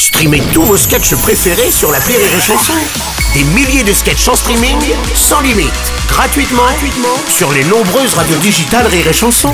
Streamez tous vos sketchs préférés sur l'appli Rire et Chanson. Des milliers de sketchs en streaming, sans limite, gratuitement sur les nombreuses radios digitales Rire et Chanson.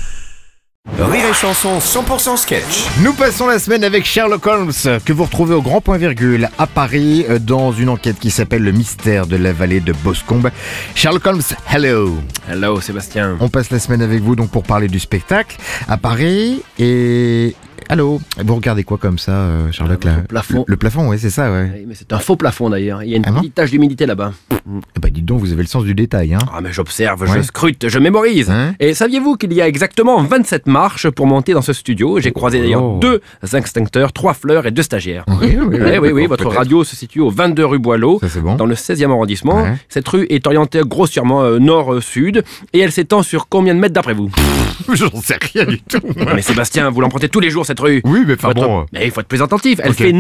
Rire et Chanson 100% sketch. Nous passons la semaine avec Sherlock Holmes, que vous retrouvez au Grand Point Virgule à Paris, dans une enquête qui s'appelle Le mystère de la vallée de Boscombe. Sherlock Holmes, hello. Hello Sébastien. On passe la semaine avec vous donc pour parler du spectacle à Paris et... Allô. Vous regardez quoi comme ça, Sherlock, là? Le plafond. Le plafond, oui, c'est ça, ouais. Oui, mais c'est un faux plafond d'ailleurs. Il y a une Ah bon petite tache d'humidité là-bas. Eh ben, dites donc, vous avez le sens du détail, hein. Ah mais j'observe, Ouais. je scrute, je mémorise. Hein? Et saviez-vous qu'il y a exactement 27 marches pour monter dans ce studio? J'ai croisé d'ailleurs 2 extincteurs, 3 fleurs et 2 stagiaires. Oui, Oui, votre peut-être. radio se situe au 22 rue Boileau, Ça, c'est bon. dans le 16e arrondissement. Ouais. Cette rue est orientée grossièrement nord-sud et elle s'étend sur combien de mètres d'après vous? J'en sais rien du tout. Mais Sébastien, vous l'empruntez tous les jours cette rue. Oui, mais enfin Faut être- bon... Mais il faut être plus attentif. Elle Ok. fait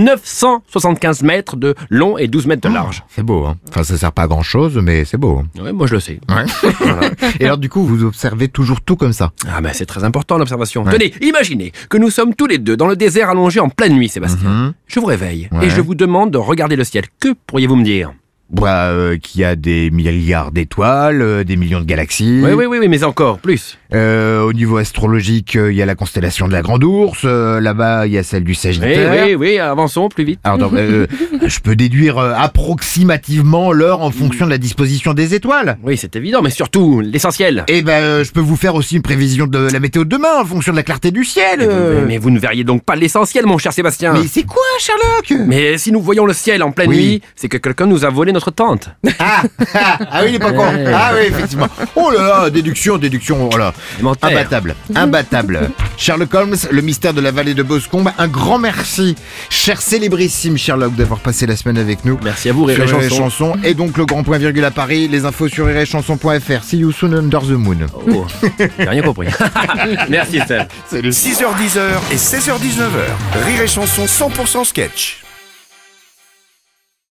975 mètres de long et 12 mètres de large. C'est beau, hein. Enfin, ça sert pas à grand-chose, mais c'est beau. Ouais, moi je le sais. Ouais. Et alors, du coup, vous observez toujours tout comme ça? Ah ben c'est très important l'observation. Ouais. Tenez, imaginez que nous sommes tous les deux dans le désert allongé en pleine nuit, Sébastien. Mhm. Je vous réveille Ouais. et je vous demande de regarder le ciel. Que pourriez-vous me dire? Qu'il y a des milliards d'étoiles, des millions de galaxies. Oui, mais encore plus. Au niveau astrologique, il y a la constellation de la Grande Ourse. Là-bas, il y a celle du Sagittaire. Oui, avançons plus vite. Alors, je peux déduire approximativement l'heure en fonction de la disposition des étoiles. Oui, c'est évident, mais surtout l'essentiel. Et je peux vous faire aussi une prévision de la météo de demain en fonction de la clarté du ciel. Mais vous ne verriez donc pas l'essentiel, mon cher Sébastien. Mais c'est quoi, Sherlock? Mais si nous voyons le ciel en pleine Oui. nuit, c'est que quelqu'un nous a volé notre tente. Ah oui, il est pas con. Ouais. Ah oui, effectivement. Oh là là, déduction, voilà. Élémentaire. Imbattable. Sherlock Holmes, le mystère de la vallée de Boscombe. Un grand merci, cher célébrissime Sherlock, d'avoir passé la semaine avec nous. Merci à vous, Rire et Sur Rire et Chanson. Chanson. Et donc le Grand Point Virgule à Paris. Les infos sur rireetchanson.fr. See you soon under the moon. Oh, j'ai rien compris. Merci, Seb. Salut. 6h10 et 16h19. Rire et Chanson 100% sketch.